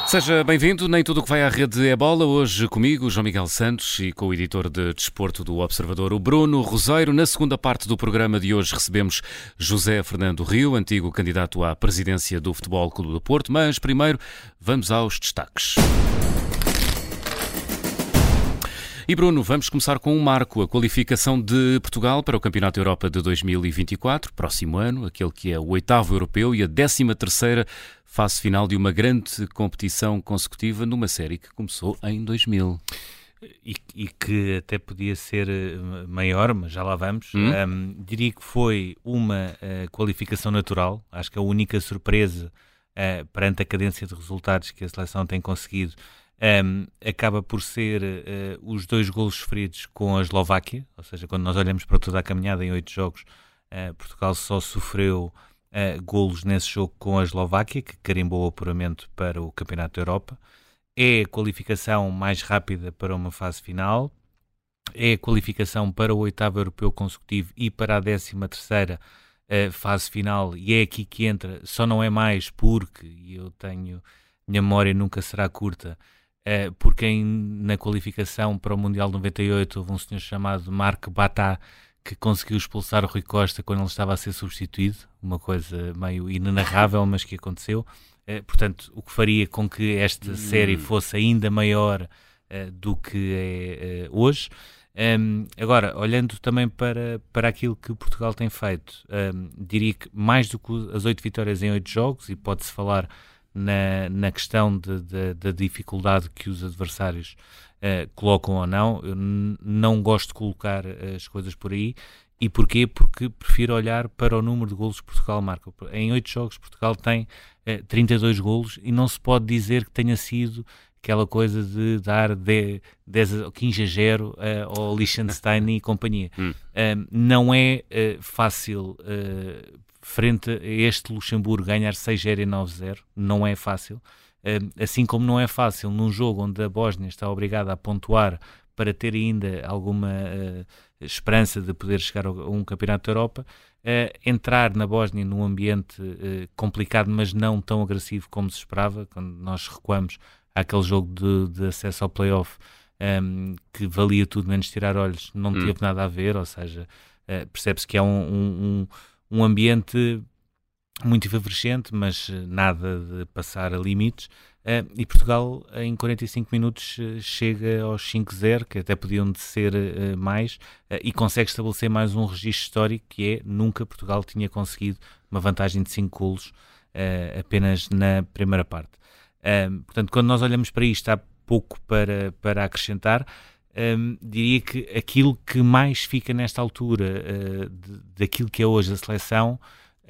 Seja bem-vindo, nem tudo o que vai à rede é bola. Hoje comigo, João Miguel Santos, e com o editor de desporto do Observador, o Bruno Roseiro. Na segunda parte do programa de hoje recebemos José Fernando Rio, antigo candidato à presidência do Futebol Clube do Porto. Mas primeiro vamos aos destaques. E Bruno, vamos começar com um marco, a qualificação de Portugal para o Campeonato da Europa de 2024, próximo ano, aquele que é o 8º europeu e a 13ª fase final de uma grande competição consecutiva numa série que começou em 2000. E que até podia ser maior, mas já lá vamos. Diria que foi uma qualificação natural. Acho que a única surpresa perante a cadência de resultados que a seleção tem conseguido acaba por ser os 2 golos sofridos com a Eslováquia, ou seja, quando nós olhamos para toda a caminhada em 8 jogos, Portugal só sofreu golos nesse jogo com a Eslováquia, que carimbou o apuramento para o Campeonato da Europa. É a qualificação mais rápida para uma fase final, é a qualificação para o 8º europeu consecutivo e para a 13ª fase final, e é aqui que entra, só não é mais porque, e eu tenho, minha memória nunca será curta, porque na qualificação para o Mundial 98 houve um senhor chamado Marc Batá que conseguiu expulsar o Rui Costa quando ele estava a ser substituído, uma coisa meio inenarrável, mas que aconteceu. Portanto, o que faria com que esta série fosse ainda maior do que é hoje. Agora, olhando também para aquilo que Portugal tem feito, diria que mais do que as 8 vitórias em 8 jogos, e pode-se falar na questão da dificuldade que os adversários colocam ou não, eu não gosto de colocar as coisas por aí. E porquê? Porque prefiro olhar para o número de golos que Portugal marca. Em 8 jogos Portugal tem 32 golos e não se pode dizer que tenha sido aquela coisa de dar 10 ou 15-0 ao Liechtenstein e companhia. Não é fácil frente a este Luxemburgo ganhar 6-0 e 9-0, não é fácil. Assim como não é fácil num jogo onde a Bósnia está obrigada a pontuar para ter ainda alguma esperança de poder chegar a um Campeonato da Europa, entrar na Bósnia num ambiente complicado, mas não tão agressivo como se esperava, quando nós recuamos àquele jogo de acesso ao play-off, que valia tudo menos tirar olhos, não teve nada a ver, ou seja, percebe-se que é um ambiente muito efervescente, mas nada de passar a limites, e Portugal em 45 minutos chega aos 5-0, que até podiam de ser mais, e consegue estabelecer mais um registro histórico, que é, nunca Portugal tinha conseguido uma vantagem de 5 golos apenas na primeira parte. Portanto, quando nós olhamos para isto, há pouco para acrescentar. Diria que aquilo que mais fica nesta altura daquilo que é hoje a seleção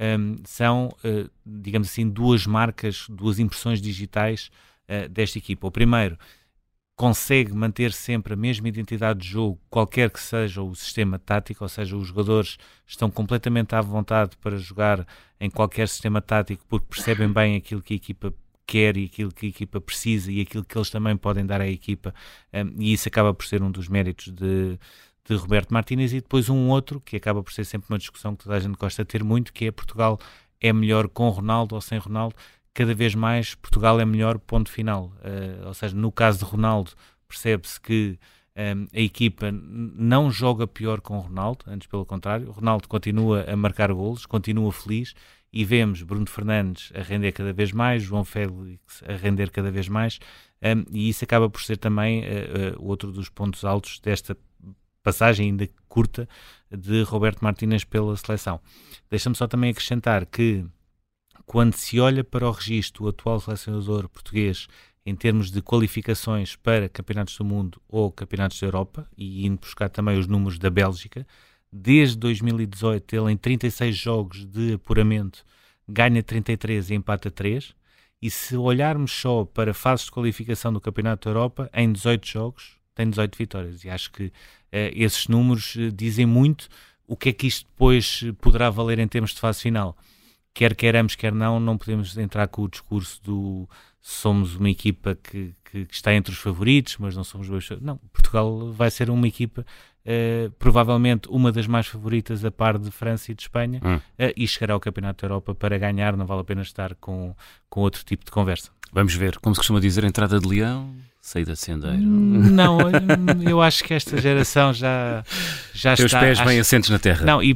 são, digamos assim, 2 marcas, 2 impressões digitais desta equipa. O primeiro, consegue manter sempre a mesma identidade de jogo, qualquer que seja o sistema tático, ou seja, os jogadores estão completamente à vontade para jogar em qualquer sistema tático porque percebem bem aquilo que a equipa quer e aquilo que a equipa precisa e aquilo que eles também podem dar à equipa, e isso acaba por ser um dos méritos de Roberto Martínez. E depois um outro, que acaba por ser sempre uma discussão que toda a gente gosta de ter muito, que é Portugal é melhor com Ronaldo ou sem Ronaldo. Cada vez mais Portugal é melhor, ponto final. Ou seja, no caso de Ronaldo, percebe-se que a equipa não joga pior com Ronaldo, antes pelo contrário. Ronaldo continua a marcar golos, continua feliz, e vemos Bruno Fernandes a render cada vez mais, João Félix a render cada vez mais, e isso acaba por ser também outro dos pontos altos desta passagem ainda curta de Roberto Martínez pela seleção. Deixa-me só também acrescentar que quando se olha para o registro do atual selecionador português em termos de qualificações para campeonatos do mundo ou campeonatos da Europa, e indo buscar também os números da Bélgica, desde 2018 ele em 36 jogos de apuramento ganha 33 e empata 3, e se olharmos só para fases de qualificação do Campeonato da Europa, em 18 jogos tem 18 vitórias, e acho que esses números dizem muito. O que é que isto depois poderá valer em termos de fase final? Quer queiramos, quer não podemos entrar com o discurso do somos uma equipa que está entre os favoritos, mas não somos bons. Não, Portugal vai ser uma equipa provavelmente uma das mais favoritas a par de França e de Espanha, e chegará ao Campeonato da Europa para ganhar. Não vale a pena estar com outro tipo de conversa. Vamos ver, como se costuma dizer, entrada de leão, saída de sendeiro. Não, eu acho que esta geração já está... Tem os pés bem assentes na terra. Não,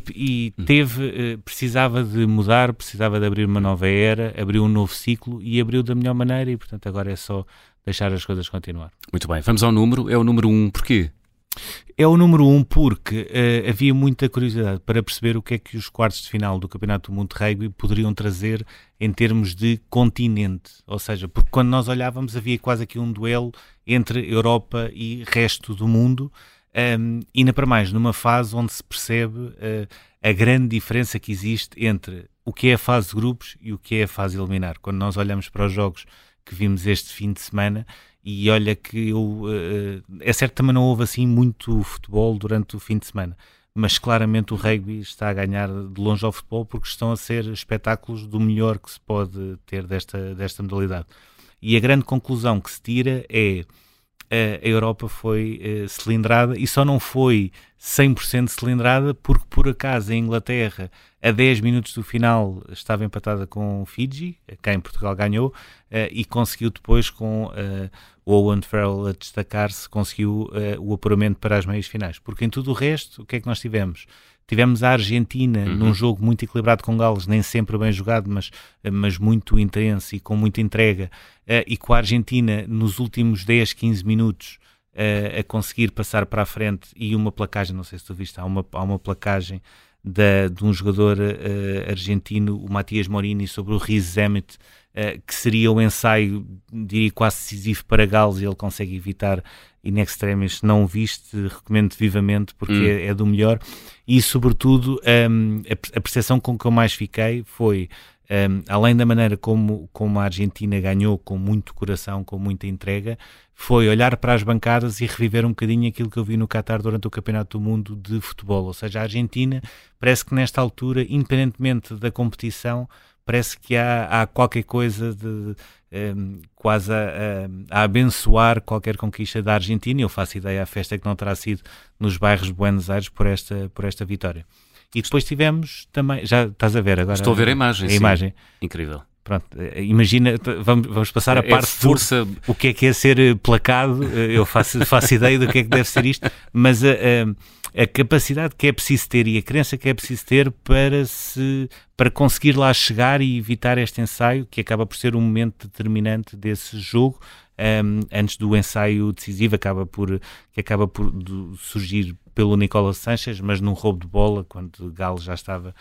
precisava de mudar, precisava de abrir uma nova era, abriu um novo ciclo e abriu da melhor maneira e, portanto, agora é só deixar as coisas continuar. Muito bem, vamos ao número. É o número 1, porquê? É o número 1 porque havia muita curiosidade para perceber o que é que os quartos de final do Campeonato do Mundo de Rugby poderiam trazer em termos de continente. Ou seja, porque quando nós olhávamos havia quase aqui um duelo entre Europa e resto do mundo, e ainda para mais numa fase onde se percebe a grande diferença que existe entre o que é a fase de grupos e o que é a fase eliminar. Quando nós olhamos para os jogos que vimos este fim de semana, e olha que é certo que também não houve assim muito futebol durante o fim de semana, mas claramente o rugby está a ganhar de longe ao futebol porque estão a ser espetáculos do melhor que se pode ter desta modalidade. E a grande conclusão que se tira é a Europa foi cilindrada e só não foi 100% cilindrada porque por acaso a Inglaterra a 10 minutos do final estava empatada com Fiji, cá em Portugal ganhou, e conseguiu depois com o Owen Farrell a destacar-se, conseguiu o apuramento para as meias finais. Porque em tudo o resto, o que é que nós tivemos? Tivemos a Argentina num jogo muito equilibrado com Gales, nem sempre bem jogado, mas muito intenso e com muita entrega, e com a Argentina nos últimos 10, 15 minutos a conseguir passar para a frente, e uma placagem, não sei se tu viste, há uma placagem de um jogador argentino, o Matias Morini, sobre o Riz Emmett, que seria o ensaio, diria, quase decisivo para Gales, e ele consegue evitar in extremis. Não o viste, recomendo vivamente porque é do melhor. E sobretudo a percepção com que eu mais fiquei foi, além da maneira como a Argentina ganhou com muito coração, com muita entrega, foi olhar para as bancadas e reviver um bocadinho aquilo que eu vi no Qatar durante o Campeonato do Mundo de Futebol. Ou seja, a Argentina parece que nesta altura, independentemente da competição, parece que há qualquer coisa de quase a abençoar qualquer conquista da Argentina. Eu faço ideia, a festa que não terá sido nos bairros de Buenos Aires por esta vitória. E depois tivemos também, já estás a ver agora? Estou a ver a imagem, sim. Imagem. Incrível. Pronto, imagina, vamos passar a parte força. O que é ser placado. Eu faço ideia do que é que deve ser isto, mas a capacidade que é preciso ter e a crença que é preciso ter para conseguir lá chegar e evitar este ensaio, que acaba por ser um momento determinante desse jogo, antes do ensaio decisivo, que acaba por surgir pelo Nicolas Sanchez, mas num roubo de bola, quando Gales já estava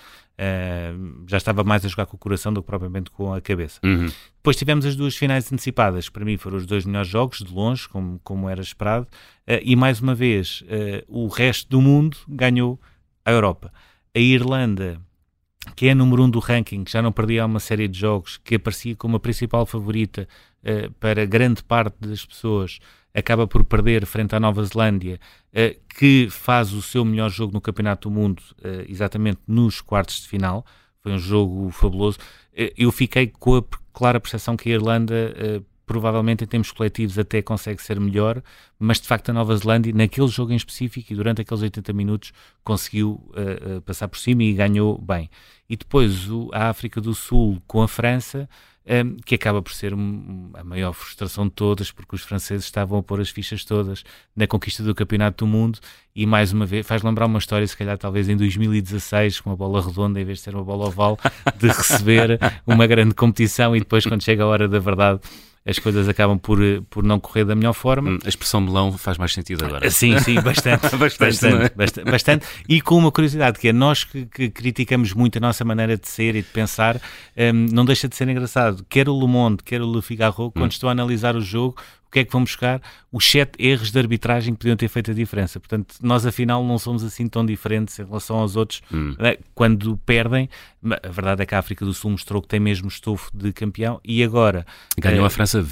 mais a jogar com o coração do que propriamente com a cabeça. Depois tivemos as duas finais antecipadas, que para mim foram os dois melhores jogos, de longe, como era esperado, e mais uma vez o resto do mundo ganhou a Europa. A Irlanda, que é a número 1 do ranking, que já não perdia uma série de jogos, que aparecia como a principal favorita para grande parte das pessoas, acaba por perder frente à Nova Zelândia, que faz o seu melhor jogo no Campeonato do Mundo, exatamente nos quartos de final. Foi um jogo fabuloso. Eu fiquei com a clara percepção que a Irlanda, provavelmente em termos coletivos, até consegue ser melhor, mas de facto a Nova Zelândia, naquele jogo em específico e durante aqueles 80 minutos, conseguiu passar por cima e ganhou bem. E depois a África do Sul com a França, que acaba por ser a maior frustração de todas, porque os franceses estavam a pôr as fichas todas na conquista do Campeonato do Mundo, e mais uma vez faz lembrar uma história, se calhar talvez em 2016, com uma bola redonda em vez de ser uma bola oval, de receber uma grande competição, e depois quando chega a hora da verdade as coisas acabam por não correr da melhor forma. A expressão melão faz mais sentido agora. Sim, bastante. bastante. E com uma curiosidade, que é nós que criticamos muito a nossa maneira de ser e de pensar, não deixa de ser engraçado. Quer o Le Monde, quer o Le Figaro, quando estou a analisar o jogo, o que é que vão buscar? Os 7 erros de arbitragem que podiam ter feito a diferença. Portanto, nós afinal não somos assim tão diferentes em relação aos outros quando perdem. A verdade é que a África do Sul mostrou que tem mesmo estofo de campeão, e agora ganhou a França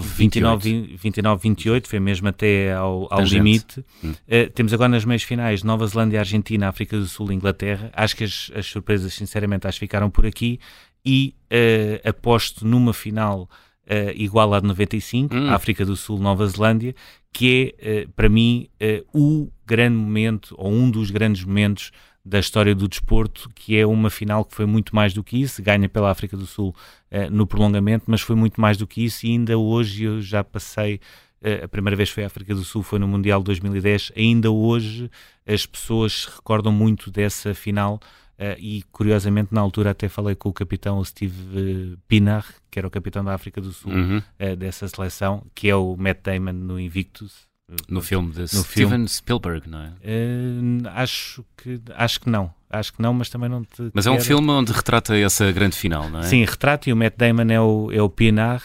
29-28, foi mesmo até ao limite. Temos agora nas meias finais Nova Zelândia, Argentina, África do Sul e Inglaterra. Acho que as surpresas, sinceramente, ficaram por aqui, e aposto numa final igual à de 95, África do Sul, Nova Zelândia, que é, para mim, o grande momento, ou um dos grandes momentos da história do desporto, que é uma final que foi muito mais do que isso, ganha pela África do Sul no prolongamento, mas foi muito mais do que isso, e ainda hoje eu já passei, a primeira vez foi a África do Sul, foi no Mundial de 2010, ainda hoje as pessoas se recordam muito dessa final, e curiosamente na altura até falei com o capitão, o Steve Pienaar, que era o capitão da África do Sul, dessa seleção, que é o Matt Damon no Invictus. No filme de Steven Spielberg, não é? Acho que não, mas também não te Mas é um filme onde retrata essa grande final, não é? Sim, retrata, e o Matt Damon é o Pienaar,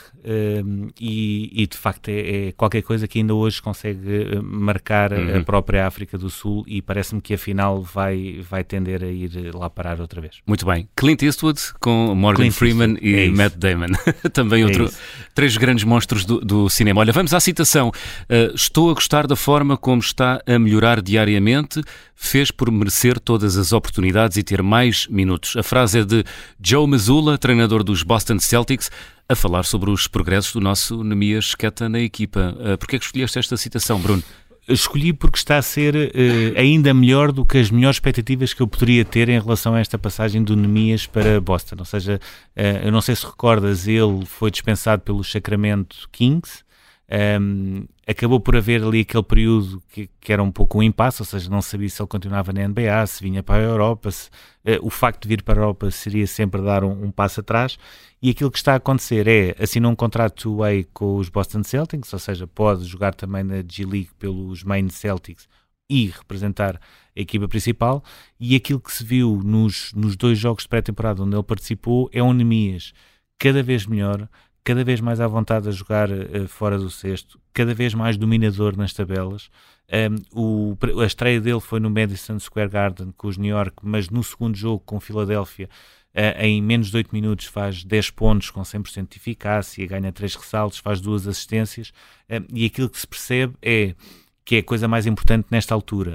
e de facto é qualquer coisa que ainda hoje consegue marcar a própria África do Sul, e parece-me que a final vai tender a ir lá parar outra vez. Muito bem. Clint Eastwood com Morgan Freeman e Matt Damon. Também três grandes monstros do cinema. Olha, vamos à citação. Estou a gostar da forma como está a melhorar diariamente, fez por merecer todas as oportunidades e ter mais minutos. A frase é de Joe Mazzulla, treinador dos Boston Celtics, a falar sobre os progressos do nosso Neemias Queta na equipa. Porquê é que escolheste esta citação, Bruno? Escolhi porque está a ser ainda melhor do que as melhores expectativas que eu poderia ter em relação a esta passagem do Neemias para Boston. Ou seja, eu não sei se recordas, ele foi dispensado pelo Sacramento Kings. Acabou por haver ali aquele período que era um pouco um impasse, ou seja, não sabia se ele continuava na NBA, se vinha para a Europa, o facto de vir para a Europa seria sempre dar um passo atrás, e aquilo que está a acontecer é assinar um contrato two-way com os Boston Celtics, ou seja, pode jogar também na G-League pelos Maine Celtics e representar a equipa principal, e aquilo que se viu nos 2 jogos de pré-temporada onde ele participou é um Neemias cada vez melhor, cada vez mais à vontade a jogar fora do cesto, cada vez mais dominador nas tabelas. A estreia dele foi no Madison Square Garden com os New York, mas no segundo jogo com Filadélfia, em menos de 8 minutos faz 10 pontos com 100% de eficácia, ganha 3 ressaltos, faz 2 assistências, e aquilo que se percebe é que é a coisa mais importante nesta altura.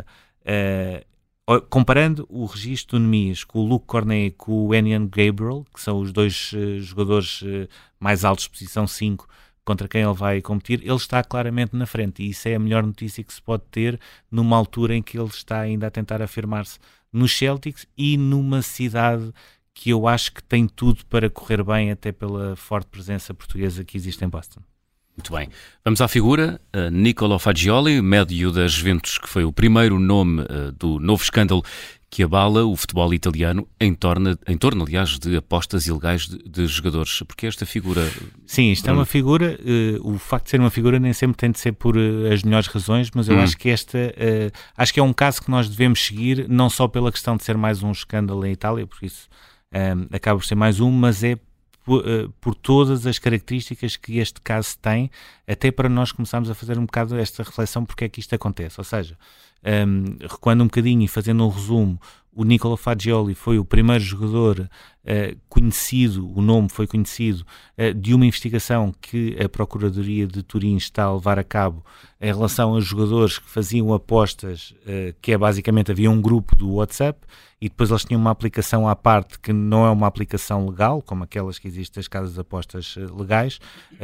Comparando o registro do Neemias com o Luke Cornet, com o Enyan Gabriel, que são os 2 jogadores mais altos, posição 5, contra quem ele vai competir, ele está claramente na frente, e isso é a melhor notícia que se pode ter numa altura em que ele está ainda a tentar afirmar-se nos Celtics e numa cidade que eu acho que tem tudo para correr bem, até pela forte presença portuguesa que existe em Boston. Muito bem. Vamos à figura. Niccolò Fagioli, médio da Juventus, que foi o primeiro nome do novo escândalo que abala o futebol italiano em torno, aliás, de apostas ilegais de jogadores. Porque esta figura... Sim, isto é uma figura, o facto de ser uma figura nem sempre tem de ser por as melhores razões, mas eu acho que acho que é um caso que nós devemos seguir, não só pela questão de ser mais um escândalo em Itália, porque isso acaba por ser mais um, mas é por todas as características que este caso tem, até para nós começarmos a fazer um bocado esta reflexão porque é que isto acontece. Ou seja, recuando um bocadinho e fazendo um resumo, o Niccolò Fagioli foi o primeiro jogador conhecido, o nome foi conhecido, de uma investigação que a Procuradoria de Turim está a levar a cabo em relação a jogadores que faziam apostas, que é basicamente, havia um grupo do WhatsApp e depois eles tinham uma aplicação à parte que não é uma aplicação legal, como aquelas que existem nas casas de apostas legais,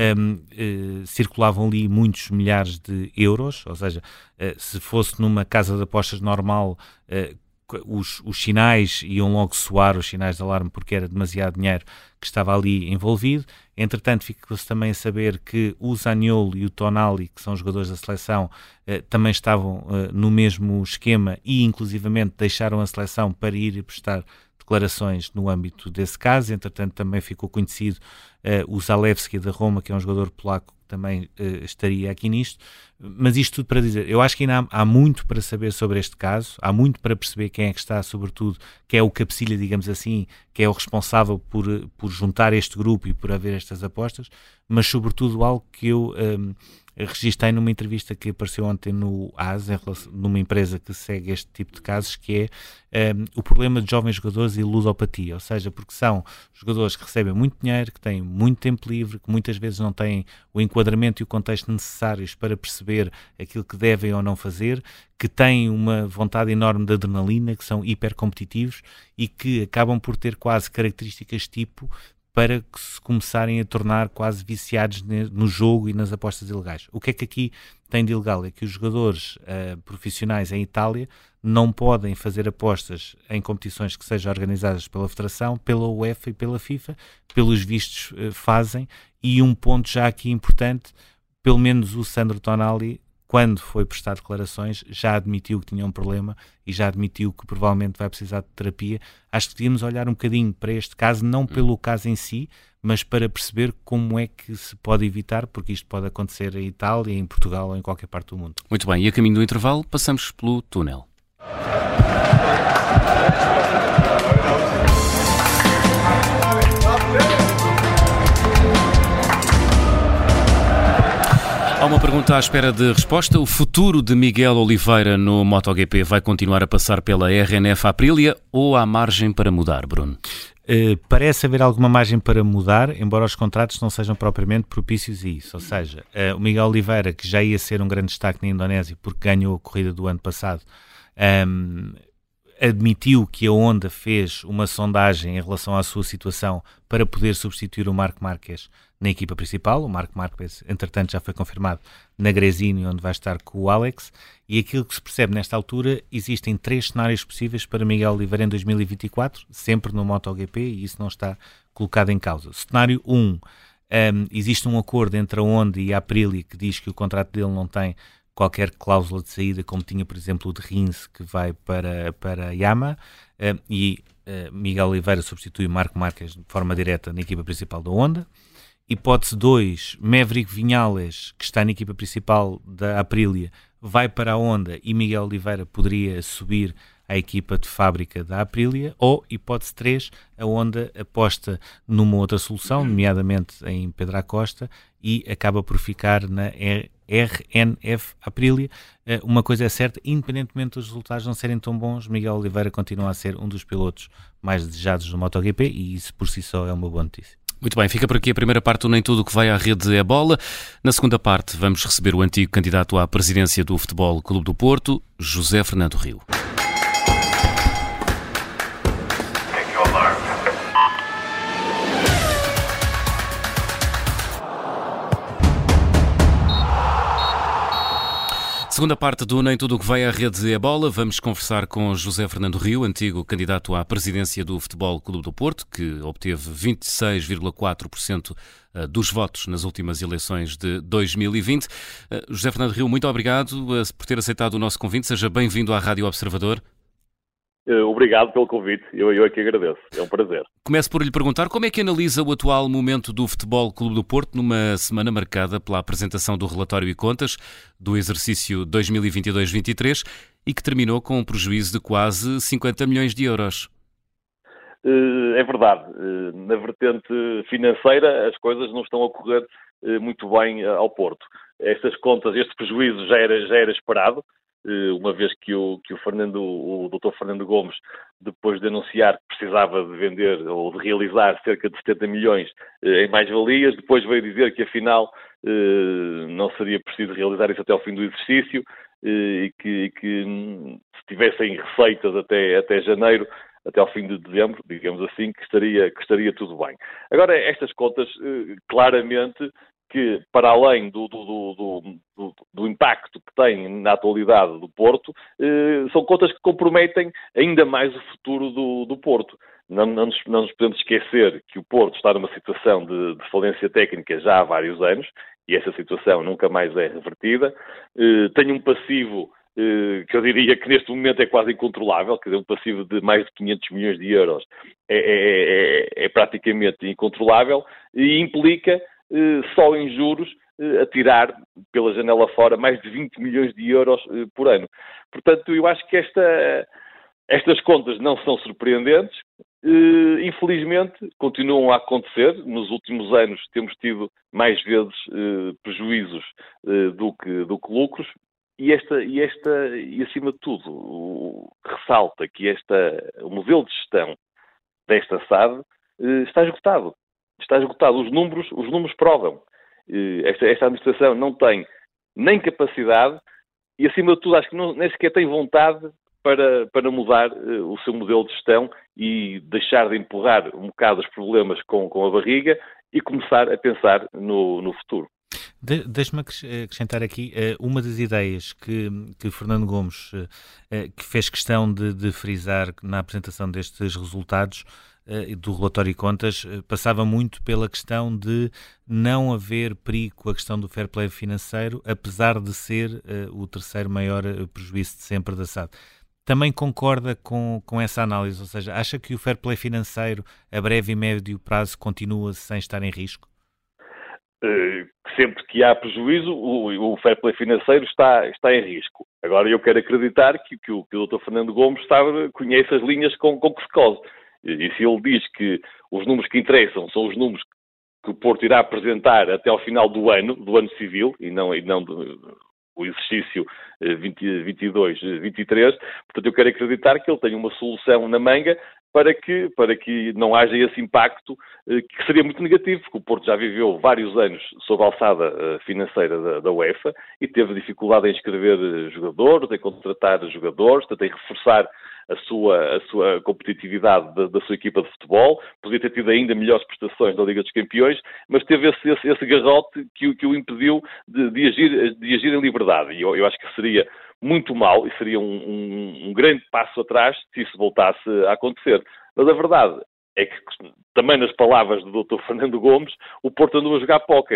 circulavam ali muitos milhares de euros, ou seja, se fosse numa casa de apostas normal, os sinais iam logo soar, os sinais de alarme, porque era demasiado dinheiro que estava ali envolvido. Entretanto, ficou-se também a saber que o Zaniolo e o Tonali, que são jogadores da seleção, também estavam no mesmo esquema e inclusivamente deixaram a seleção para ir prestar declarações no âmbito desse caso. Entretanto, também ficou conhecido o Zalewski da Roma, que é um jogador polaco que também estaria aqui nisto. Mas isto tudo para dizer, eu acho que ainda há muito para saber sobre este caso, há muito para perceber quem é que está, sobretudo, que é o cabecilha, digamos assim, que é o responsável por juntar este grupo e por haver estas apostas, mas sobretudo algo que eu registrei numa entrevista que apareceu ontem no AS, numa empresa que segue este tipo de casos, que é o problema de jovens jogadores e ludopatia, ou seja, porque são jogadores que recebem muito dinheiro, que têm muito tempo livre, que muitas vezes não têm o enquadramento e o contexto necessários para perceber aquilo que devem ou não fazer, que têm uma vontade enorme de adrenalina, que são hipercompetitivos e que acabam por ter quase características tipo para que se começarem a tornar quase viciados no jogo e nas apostas ilegais. O que é que aqui tem de ilegal? É que os jogadores profissionais em Itália não podem fazer apostas em competições que sejam organizadas pela Federação, pela UEFA e pela FIFA, pelos vistos fazem, e um ponto já aqui importante, pelo menos o Sandro Tonali, quando foi prestar declarações, já admitiu que tinha um problema e já admitiu que provavelmente vai precisar de terapia. Acho que devíamos olhar um bocadinho para este caso, não pelo caso em si, mas para perceber como é que se pode evitar, porque isto pode acontecer em Itália, em Portugal ou em qualquer parte do mundo. Muito bem, e a caminho do intervalo, passamos pelo túnel. Há uma pergunta à espera de resposta. O futuro de Miguel Oliveira no MotoGP vai continuar a passar pela RNF Aprilia ou há margem para mudar, Bruno? Parece haver alguma margem para mudar, embora os contratos não sejam propriamente propícios a isso. Ou seja, o Miguel Oliveira, que já ia ser um grande destaque na Indonésia porque ganhou a corrida do ano passado, admitiu que a Honda fez uma sondagem em relação à sua situação para poder substituir o Marc Márquez na equipa principal. O Marc Márquez, entretanto, já foi confirmado na Gresini, onde vai estar com o Alex, e aquilo que se percebe nesta altura, existem 3 cenários possíveis para Miguel Oliveira em 2024, sempre no MotoGP, e isso não está colocado em causa. Cenário 1, existe um acordo entre a Honda e a Aprilia que diz que o contrato dele não tem qualquer cláusula de saída, como tinha, por exemplo, o de Rins, que vai para a Yamaha, e Miguel Oliveira substitui Marc Márquez de forma direta na equipa principal da Honda. Hipótese 2, Maverick Viñales, que está na equipa principal da Aprilia, vai para a Honda e Miguel Oliveira poderia subir à equipa de fábrica da Aprilia. Ou, hipótese 3, a Honda aposta numa outra solução, nomeadamente em Pedro Acosta, e acaba por ficar na RNF Aprilia. Uma coisa é certa, independentemente dos resultados não serem tão bons, Miguel Oliveira continua a ser um dos pilotos mais desejados do MotoGP, e isso por si só é uma boa notícia. Muito bem, fica por aqui a primeira parte do Nem Tudo o que vai à rede é bola. Na segunda parte vamos receber o antigo candidato à presidência do Futebol Clube do Porto, José Fernando Rio. Segunda parte do Nem Tudo o que vai à rede é bola. Vamos conversar com José Fernando Rio, antigo candidato à presidência do Futebol Clube do Porto, que obteve 26,4% dos votos nas últimas eleições de 2020. José Fernando Rio, muito obrigado por ter aceitado o nosso convite. Seja bem-vindo à Rádio Observador. Obrigado pelo convite, eu é que agradeço, é um prazer. Começo por lhe perguntar como é que analisa o atual momento do Futebol Clube do Porto numa semana marcada pela apresentação do relatório e contas do exercício 2022-23 e que terminou com um prejuízo de quase 50 milhões de euros. É verdade, na vertente financeira as coisas não estão a correr muito bem ao Porto. Estas contas, este prejuízo já era esperado, uma vez que o Dr. Fernando Gomes, depois de anunciar que precisava de vender ou de realizar cerca de 70 milhões em mais-valias, depois veio dizer que afinal não seria preciso realizar isso até ao fim do exercício e que se tivessem receitas até janeiro, até ao fim de dezembro, digamos assim, que estaria tudo bem. Agora, estas contas, claramente, que para além do impacto que tem na atualidade do Porto, são contas que comprometem ainda mais o futuro do Porto. Não nos podemos esquecer que o Porto está numa situação de falência técnica já há vários anos, e essa situação nunca mais é revertida. Tem um passivo que eu diria que neste momento é quase incontrolável, quer dizer, um passivo de mais de 500 milhões de euros é praticamente incontrolável e implica só em juros a tirar pela janela fora mais de 20 milhões de euros por ano. Portanto, eu acho que estas contas não são surpreendentes. Infelizmente, continuam a acontecer. Nos últimos anos temos tido mais vezes prejuízos do que lucros. E acima de tudo, ressalta que o modelo de gestão desta SAD está esgotado. Está esgotado. Os números provam. Esta administração não tem nem capacidade e, acima de tudo, acho que nem sequer tem vontade para mudar o seu modelo de gestão e deixar de empurrar um bocado os problemas com a barriga e começar a pensar no futuro. Deixe-me acrescentar aqui uma das ideias que Fernando Gomes que fez questão de frisar na apresentação destes resultados do relatório e contas, passava muito pela questão de não haver perigo com a questão do fair play financeiro, apesar de ser o terceiro maior prejuízo de sempre da SAD. Também concorda com essa análise, ou seja, acha que o fair play financeiro a breve e médio prazo continua sem estar em risco? Sempre que há prejuízo, o fair play financeiro está em risco. Agora, eu quero acreditar que o Dr. Fernando Gomes conhece as linhas com que se cose. E se ele diz que os números que interessam são os números que o Porto irá apresentar até ao final do ano civil, e não o exercício 22-23, portanto, eu quero acreditar que ele tem uma solução na manga para que não haja esse impacto, que seria muito negativo, porque o Porto já viveu vários anos sob a alçada financeira da UEFA e teve dificuldade em inscrever jogadores, em contratar jogadores, em reforçar a sua competitividade da sua equipa de futebol, podia ter tido ainda melhores prestações na Liga dos Campeões, mas teve esse garrote que o impediu de agir em liberdade. E eu acho que seria muito mau e seria um grande passo atrás se isso voltasse a acontecer. Mas a verdade é que, também nas palavras do Dr. Fernando Gomes, o Porto andou a jogar póquer.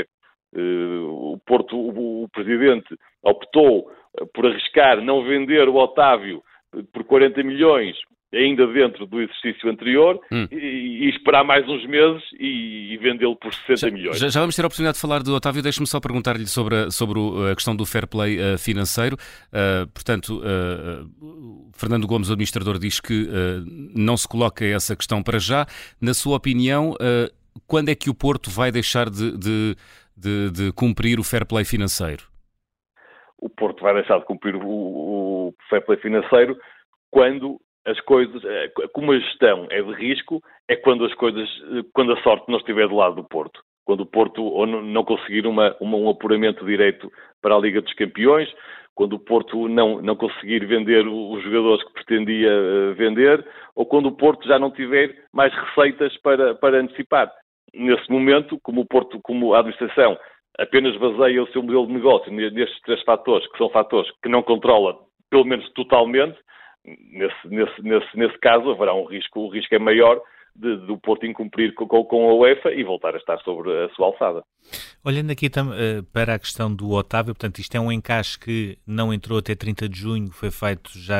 O Presidente optou por arriscar não vender o Otávio por 40 milhões, ainda dentro do exercício anterior, e esperar mais uns meses e vendê-lo por 60 milhões. Já vamos ter a oportunidade de falar do Otávio. Deixe-me só perguntar-lhe sobre a questão do fair play financeiro. Portanto, Fernando Gomes, o administrador, diz que não se coloca essa questão para já. Na sua opinião, quando é que o Porto vai deixar de cumprir o fair play financeiro? O Porto vai deixar de cumprir o fair play financeiro quando as coisas, como a gestão é de risco, é quando a sorte não estiver do lado do Porto. Quando o Porto ou não conseguir um apuramento direito para a Liga dos Campeões, quando o Porto não conseguir vender os jogadores que pretendia vender, ou quando o Porto já não tiver mais receitas para antecipar. Nesse momento, como a administração apenas baseia o seu modelo de negócio nestes três fatores, que são fatores que não controla, pelo menos totalmente, nesse caso haverá um risco. O risco é maior do Porto incumprir com a UEFA e voltar a estar sobre a sua alçada. Olhando aqui para a questão do Otávio, portanto, isto é um encaixe que não entrou até 30 de junho, foi feito já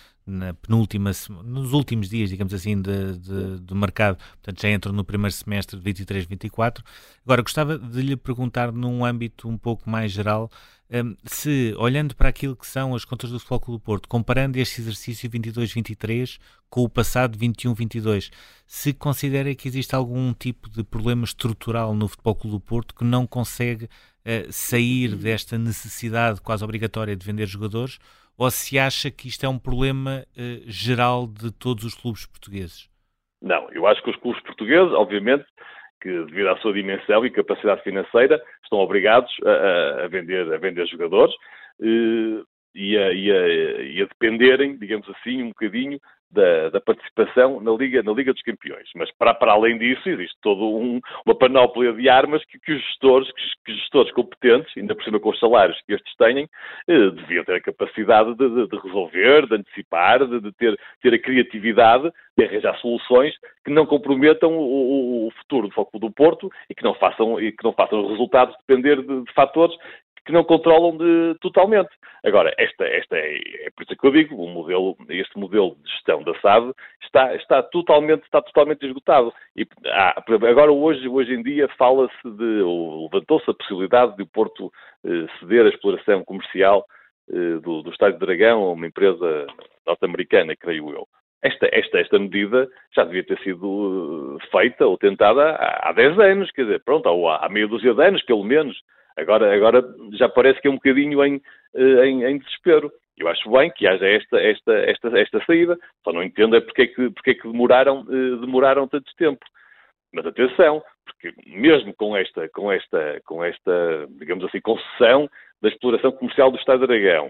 nos últimos dias, digamos assim, do mercado, portanto já entram no primeiro semestre de 23-24. Agora, gostava de lhe perguntar num âmbito um pouco mais geral, se, olhando para aquilo que são as contas do Futebol Clube do Porto, comparando este exercício 22-23 com o passado 21-22, se considera que existe algum tipo de problema estrutural no Futebol Clube do Porto que não consegue sair desta necessidade quase obrigatória de vender jogadores, ou se acha que isto é um problema geral de todos os clubes portugueses? Não, eu acho que os clubes portugueses, obviamente, que devido à sua dimensão e capacidade financeira, estão obrigados a vender jogadores e a dependerem, digamos assim, um bocadinho da participação na Liga dos Campeões. Mas para além disso, existe toda uma panóplia de armas que os gestores competentes, ainda por cima com os salários que estes têm, deviam ter a capacidade de resolver, de antecipar, de ter a criatividade de arranjar soluções que não comprometam o futuro do Futebol Clube do Porto e que não façam os resultados depender de fatores que não controlam totalmente. Agora, é por isso que eu digo, este modelo de gestão da SAD está totalmente esgotado. E agora, hoje em dia, levantou-se a possibilidade de o Porto ceder a exploração comercial do Estádio do Dragão a uma empresa norte-americana, creio eu. Esta medida já devia ter sido feita ou tentada há 10 anos, quer dizer, pronto, há meia dúzia de anos, pelo menos. Agora já parece que é um bocadinho em desespero. Eu acho bem que haja esta saída, só não entendo é porque é que demoraram tanto tempo. Mas atenção, porque mesmo com esta, digamos assim, concessão da exploração comercial do Estádio do Dragão,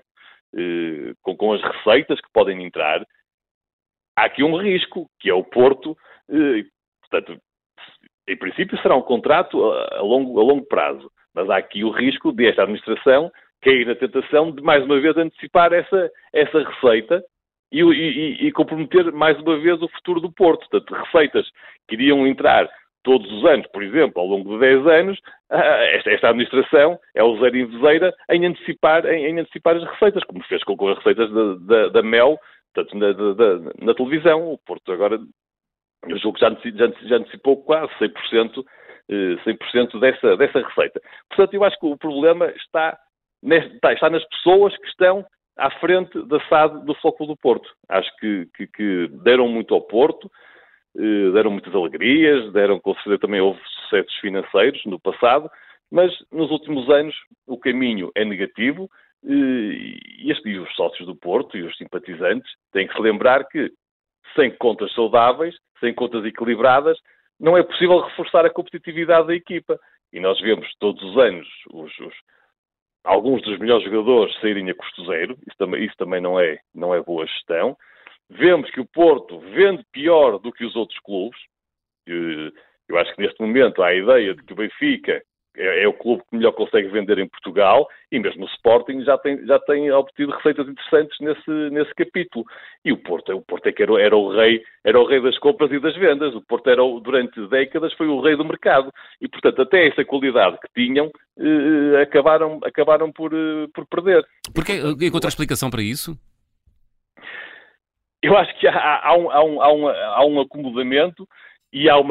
com as receitas que podem entrar, há aqui um risco, que é o Porto. Portanto, em princípio será um contrato a longo prazo, mas há aqui o risco de esta administração cair na tentação de, mais uma vez, antecipar essa receita e comprometer, mais uma vez, o futuro do Porto. Portanto, receitas que iriam entrar todos os anos, por exemplo, ao longo de 10 anos, esta administração é o zero em vezeira em antecipar as receitas, como fez com as receitas da Mel, portanto, na televisão. O Porto agora, eu julgo que já antecipou quase 100% dessa receita. Portanto, eu acho que o problema está nas pessoas que estão à frente da SAD do Futebol Clube do Porto. Acho que deram muito ao Porto, deram muitas alegrias, com certeza também houve sucessos financeiros no passado, mas nos últimos anos o caminho é negativo e os sócios do Porto e os simpatizantes têm que se lembrar que sem contas saudáveis, sem contas equilibradas, não é possível reforçar a competitividade da equipa. E nós vemos todos os anos alguns dos melhores jogadores saírem a custo zero. Isso também não é boa gestão. Vemos que o Porto vende pior do que os outros clubes. Eu acho que neste momento há a ideia de que o Benfica é o clube que melhor consegue vender em Portugal e mesmo o Sporting já tem obtido receitas interessantes nesse capítulo. E o Porto é que era o rei das compras e das vendas. O Porto durante décadas foi o rei do mercado. E, portanto, até essa qualidade que tinham acabaram por perder. Porque encontra explicação para isso? Eu acho que há um acomodamento e há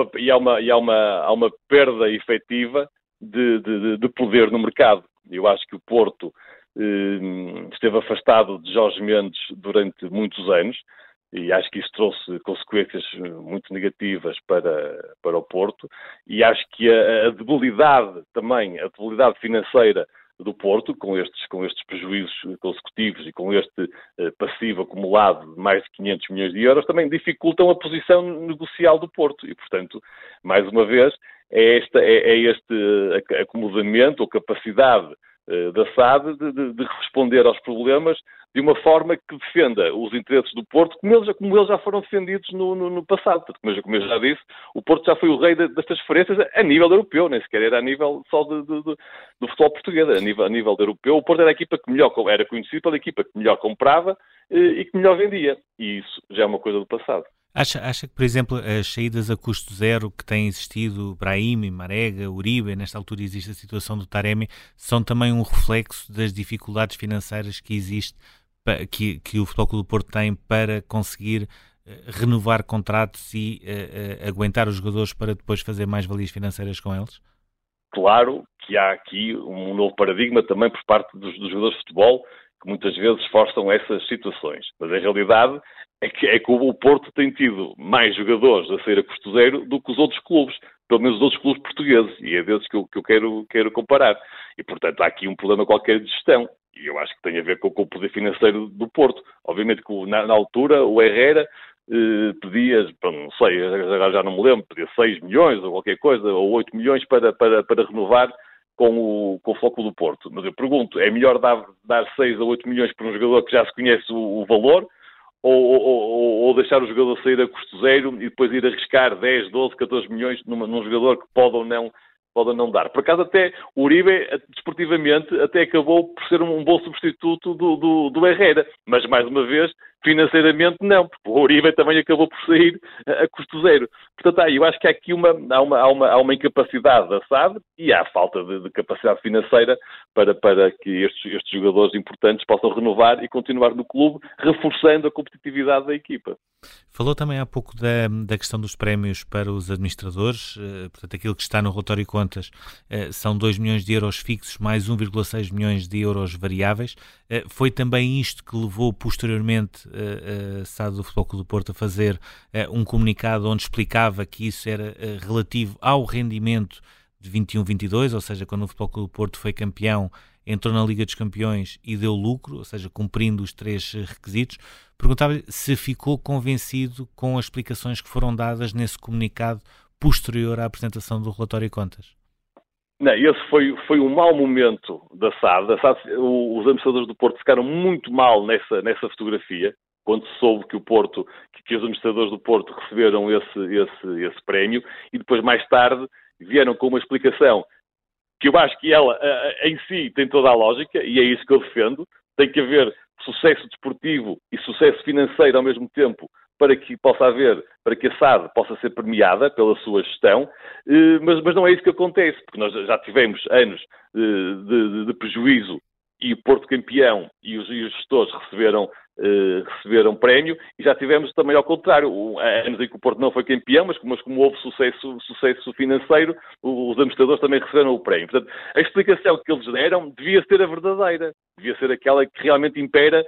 uma perda efetiva de poder no mercado. Eu acho que o Porto esteve afastado de Jorge Mendes durante muitos anos e acho que isso trouxe consequências muito negativas para o Porto e acho que a debilidade financeira do Porto, com estes prejuízos consecutivos e com este passivo acumulado de mais de 500 milhões de euros, também dificultam a posição negocial do Porto. E, portanto, mais uma vez, é este acomodamento ou capacidade da SAD de responder aos problemas de uma forma que defenda os interesses do Porto, como eles já foram defendidos no passado. Mas, como eu já disse, o Porto já foi o rei das transferências a nível europeu, nem sequer era a nível só do futebol português, a nível europeu. O Porto era a equipa que melhor era conhecida pela equipa que melhor comprava e que melhor vendia. E isso já é uma coisa do passado. Acha que, por exemplo, as saídas a custo zero que têm existido, Brahim, Marega, Uribe, nesta altura existe a situação do Taremi, são também um reflexo das dificuldades financeiras que existe, que o Futebol Clube do Porto tem para conseguir renovar contratos e aguentar os jogadores para depois fazer mais valias financeiras com eles? Claro que há aqui um novo paradigma também por parte dos jogadores de futebol que muitas vezes forçam essas situações. Mas a realidade é que o Porto tem tido mais jogadores a sair a custo zero do que os outros clubes, pelo menos os outros clubes portugueses, e é desses que eu quero comparar. E, portanto, há aqui um problema qualquer de gestão, e eu acho que tem a ver com o poder financeiro do Porto. Obviamente que na altura o Herrera pedia, não sei, agora já não me lembro, pedia 6 milhões ou qualquer coisa, ou 8 milhões para renovar com o Futebol do Porto. Mas eu pergunto, é melhor dar 6 a 8 milhões para um jogador que já se conhece o valor, ou deixar o jogador sair a custo zero e depois ir arriscar 10, 12, 14 milhões num jogador que pode ou não dar. Por acaso até o Uribe, desportivamente, até acabou por ser um bom substituto do Herrera, mas mais uma vez, financeiramente não, porque o Uribe também acabou por sair a custo zero. Portanto, eu acho que há aqui há uma incapacidade da SAD e há falta de capacidade financeira para que estes jogadores importantes possam renovar e continuar no clube, reforçando a competitividade da equipa. Falou também há pouco da questão dos prémios para os administradores, portanto aquilo que está no relatório de contas são 2 milhões de euros fixos mais 1,6 milhões de euros variáveis. Foi também isto que levou posteriormente a SAD do Futebol Clube do Porto a fazer um comunicado onde explicava que isso era relativo ao rendimento de 21-22, ou seja, quando o Futebol Clube do Porto foi campeão, entrou na Liga dos Campeões e deu lucro, ou seja, cumprindo os 3 requisitos. Perguntava-lhe se ficou convencido com as explicações que foram dadas nesse comunicado posterior à apresentação do relatório de contas. Não, esse foi um mau momento da SAD. Os administradores do Porto ficaram muito mal nessa fotografia, quando se soube que que os administradores do Porto receberam esse prémio, e depois, mais tarde, vieram com uma explicação que eu acho que ela, em si, tem toda a lógica, e é isso que eu defendo. Tem que haver sucesso desportivo e sucesso financeiro ao mesmo tempo, para que a SAD possa ser premiada pela sua gestão, mas não é isso que acontece, porque nós já tivemos anos de prejuízo, e o Porto campeão e os gestores receberam prémio, e já tivemos também ao contrário, anos em que o Porto não foi campeão, mas como houve sucesso financeiro, os administradores também receberam o prémio. Portanto, a explicação que eles deram devia ser a verdadeira, devia ser aquela que realmente impera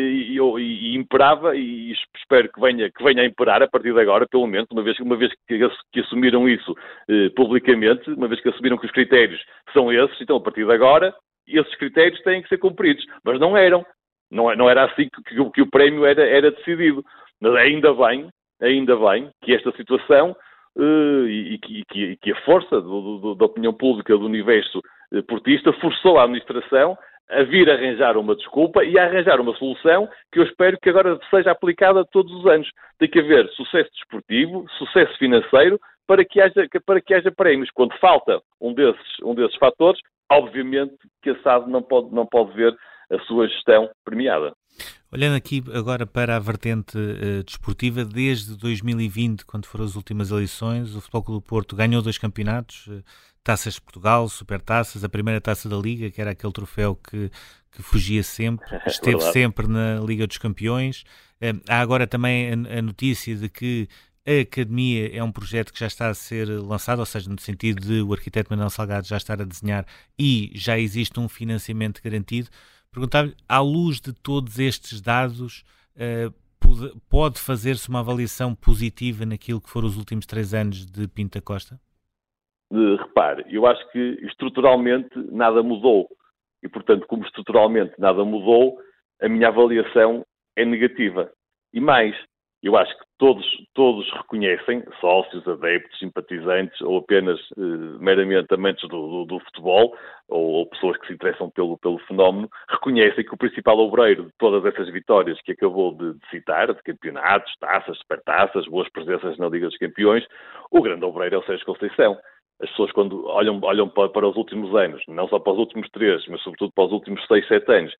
e imperava, e espero que venha a imperar a partir de agora, pelo menos, uma vez que assumiram isso publicamente, uma vez que assumiram que os critérios são esses, então a partir de agora esses critérios têm que ser cumpridos, mas não eram. Não era assim que o prémio era decidido. Mas ainda bem que esta situação e que a força da opinião pública do universo portista forçou a administração a vir arranjar uma desculpa e a arranjar uma solução que eu espero que agora seja aplicada todos os anos. Tem que haver sucesso desportivo, sucesso financeiro, para que haja prémios. Quando falta um desses fatores, obviamente que a SAD não pode ver a sua gestão premiada. Olhando aqui agora para a vertente desportiva, desde 2020, quando foram as últimas eleições, o Futebol Clube do Porto ganhou 2 campeonatos, Taças de Portugal, Supertaças, a primeira Taça da Liga, que era aquele troféu que fugia sempre, esteve sempre na Liga dos Campeões. Há agora também a notícia de que a Academia é um projeto que já está a ser lançado, ou seja, no sentido de o arquiteto Manuel Salgado já estar a desenhar e já existe um financiamento garantido. Perguntava-lhe, à luz de todos estes dados, pode fazer-se uma avaliação positiva naquilo que foram os últimos 3 anos de Pinto da Costa? Repare, eu acho que estruturalmente nada mudou. E, portanto, como estruturalmente nada mudou, a minha avaliação é negativa. E mais, eu acho que todos reconhecem, sócios, adeptos, simpatizantes ou apenas meramente amantes do futebol, ou pessoas que se interessam pelo fenómeno, reconhecem que o principal obreiro de todas essas vitórias que acabou de citar, de campeonatos, taças, supertaças, boas presenças na Liga dos Campeões, o grande obreiro é o Sérgio Conceição. As pessoas, quando olham para os últimos anos, não só para os últimos 3, mas sobretudo para os últimos 6, 7 anos,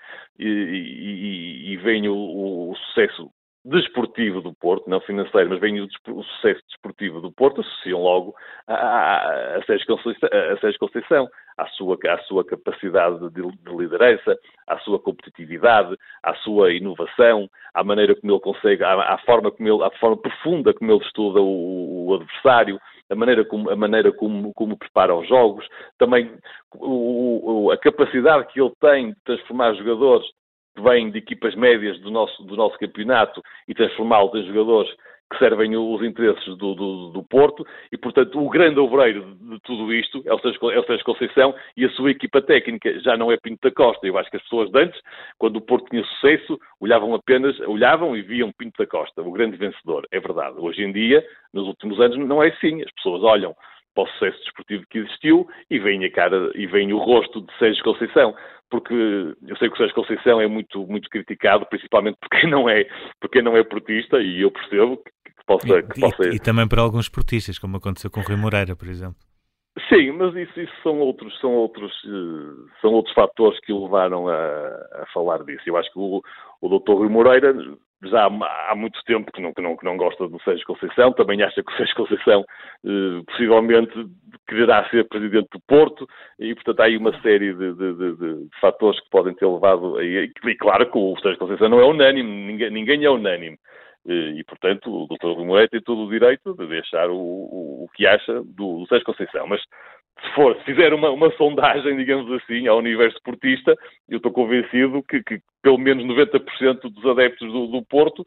e veem o sucesso desportivo do Porto, não financeiro, mas vem o sucesso desportivo do Porto, associam logo a Sérgio Conceição, à sua capacidade de liderança, à sua competitividade, à sua inovação, à maneira como ele consegue, à forma profunda como ele estuda o adversário, a maneira como prepara os jogos, também a capacidade que ele tem de transformar jogadores que vêm de equipas médias do nosso campeonato e transformá-los em jogadores que servem os interesses do Porto, e, portanto, o grande obreiro de tudo isto é o Sérgio Conceição, e a sua equipa técnica já não é Pinto da Costa. Eu acho que as pessoas de antes, quando o Porto tinha sucesso, olhavam e viam Pinto da Costa, o grande vencedor. É verdade. Hoje em dia, nos últimos anos, não é assim. As pessoas olham para o sucesso desportivo que existiu e veem o rosto de Sérgio Conceição, porque eu sei que o Sérgio Conceição é muito, muito criticado, principalmente porque não é portista, e eu percebo que possa... E também para alguns portistas, como aconteceu com o Rui Moreira, por exemplo. Sim, mas isso são outros fatores que o levaram a falar disso. Eu acho que o Dr. Rui Moreira já há muito tempo que não gosta do Sérgio Conceição, também acha que o Sérgio Conceição possivelmente quererá ser presidente do Porto, e portanto há aí uma série de fatores que podem ter levado aí. E claro que o Sérgio Conceição não é unânime, ninguém é unânime. E, portanto, o Dr. Rui Moreira tem todo o direito de achar o que acha do Sérgio Conceição. Mas, se fizer uma sondagem, digamos assim, ao universo portista, eu estou convencido que pelo menos 90% dos adeptos do Porto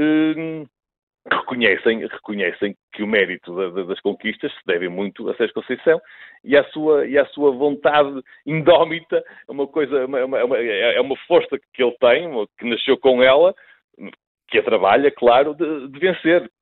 reconhecem que o mérito das conquistas se deve muito a Sérgio Conceição e à sua vontade indómita. É uma força que ele tem, que nasceu com ela, que a trabalha, claro, de vencer.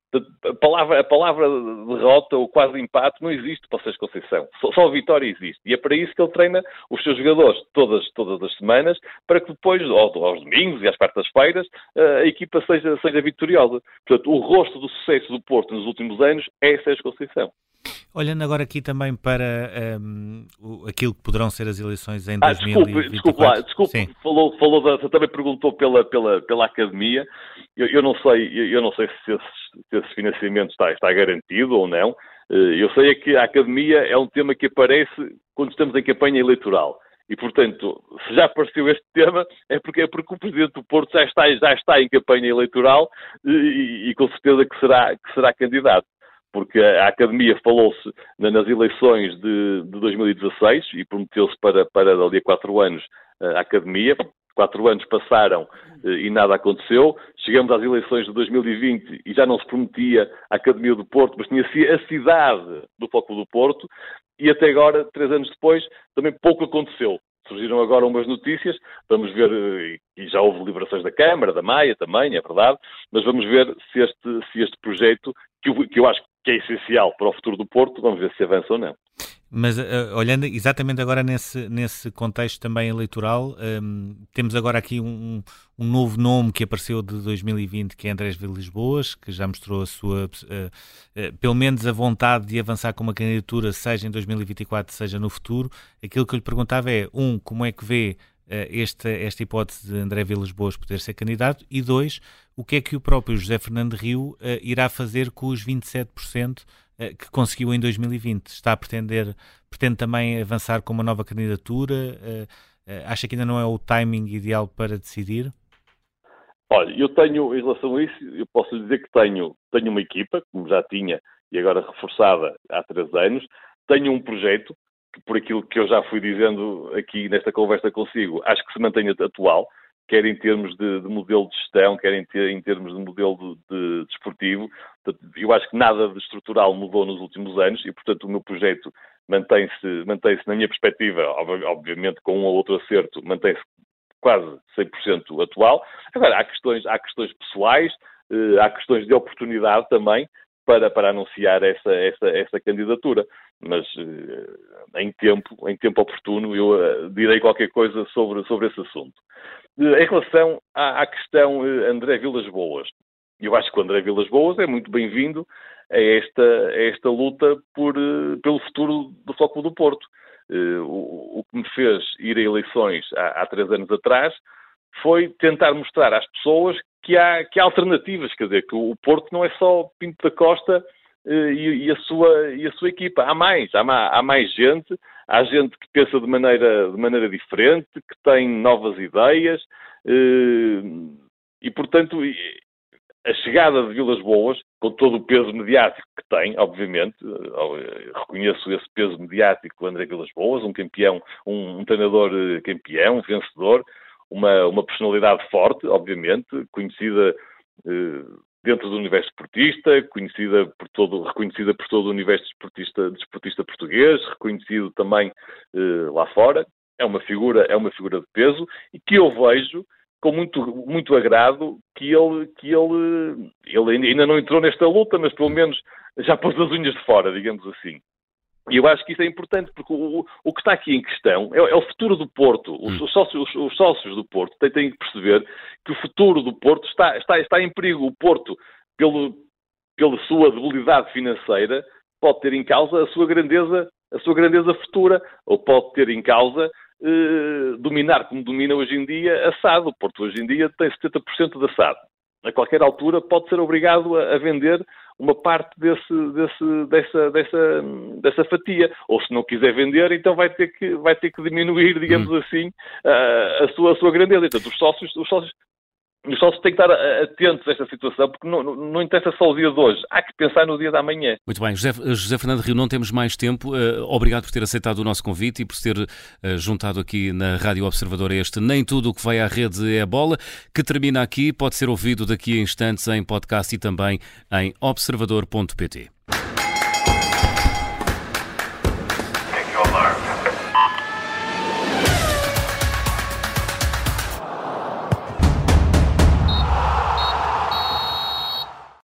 A palavra derrota ou quase empate não existe para o Sérgio Conceição. Só a vitória existe. E é para isso que ele treina os seus jogadores todas as semanas, para que depois, aos domingos e às quartas-feiras, a equipa seja vitoriosa. Portanto, o rosto do sucesso do Porto nos últimos anos é Sérgio Conceição. Olhando agora aqui também para aquilo que poderão ser as eleições em 2024. Desculpe, você também perguntou pela academia. Eu não sei se esse financiamento está garantido ou não. Eu sei é que a academia é um tema que aparece quando estamos em campanha eleitoral. E, portanto, se já apareceu este tema, é porque o Presidente do Porto já está em campanha eleitoral e com certeza que será candidato. Porque a Academia falou-se nas eleições de 2016 e prometeu-se para dali a 4 anos a Academia. 4 anos passaram e nada aconteceu. Chegamos às eleições de 2020 e já não se prometia a Academia do Porto, mas tinha-se a cidade do Foco do Porto. E até agora, 3 anos depois, também pouco aconteceu. Surgiram agora umas notícias, vamos ver, e já houve liberações da Câmara, da Maia também, é verdade, mas vamos ver se este projeto, que eu acho que é essencial para o futuro do Porto, vamos ver se avança ou não. Mas olhando exatamente agora nesse contexto também eleitoral, temos agora aqui um novo nome que apareceu de 2020, que é Andrés Vilas-Boas, que já mostrou a sua, pelo menos a vontade de avançar com uma candidatura, seja em 2024, seja no futuro. Aquilo que eu lhe perguntava é, como é que vê esta hipótese de André Vilas-Boas poder ser candidato, e 2, o que é que o próprio José Fernando Rio irá fazer com os 27% que conseguiu em 2020? Pretende também avançar com uma nova candidatura? Acha que ainda não é o timing ideal para decidir? Olha, eu tenho, em relação a isso, eu posso lhe dizer que tenho uma equipa, como já tinha, e agora reforçada há 3 anos, tenho um projeto, que por aquilo que eu já fui dizendo aqui nesta conversa consigo, acho que se mantém atual, quer em termos de modelo de gestão, quer em termos de modelo de desportivo. Portanto, eu acho que nada de estrutural mudou nos últimos anos e, portanto, o meu projeto mantém-se na minha perspectiva, obviamente com um ou outro acerto, mantém-se quase 100% atual. Agora, há questões pessoais, há questões de oportunidade também para anunciar essa candidatura. Mas em tempo oportuno eu direi qualquer coisa sobre esse assunto. Em relação à questão André Vilas-Boas, eu acho que o André Vilas-Boas é muito bem-vindo a esta luta pelo futuro do Foco do Porto. O que me fez ir a eleições há 3 anos atrás foi tentar mostrar às pessoas que há alternativas, quer dizer, que o Porto não é só Pinto da Costa e a sua equipa. Há mais gente, há gente que pensa de maneira diferente, que tem novas ideias e, portanto, a chegada de Vilas-Boas, com todo o peso mediático que tem, obviamente, reconheço esse peso mediático do André Vilas-Boas, um campeão, um treinador campeão, um vencedor, uma personalidade forte, obviamente, conhecida dentro do universo esportista, reconhecida por todo o universo desportista português, reconhecido também lá fora. É uma figura de peso e que eu vejo com muito agrado que ele ainda não entrou nesta luta, mas pelo menos já pôs as unhas de fora, digamos assim. E eu acho que isso é importante, porque o que está aqui em questão é o futuro do Porto. Os sócios do Porto têm que perceber que o futuro do Porto está em perigo. O Porto, pela sua debilidade financeira, pode ter em causa a sua grandeza futura, ou pode ter em causa dominar, como domina hoje em dia, a SAD. O Porto hoje em dia tem 70% da SAD. A qualquer altura pode ser obrigado a vender uma parte dessa fatia. Ou se não quiser vender, então vai ter que diminuir, digamos assim, a sua grandeza. Portanto, os sócios têm que estar atentos a esta situação, porque não interessa só o dia de hoje. Há que pensar no dia de amanhã. Muito bem. José Fernando Rio, não temos mais tempo. Obrigado por ter aceitado o nosso convite e por se ter juntado aqui na Rádio Observador este Nem Tudo o que vai à rede é bola, que termina aqui. Pode ser ouvido daqui a instantes em podcast e também em observador.pt.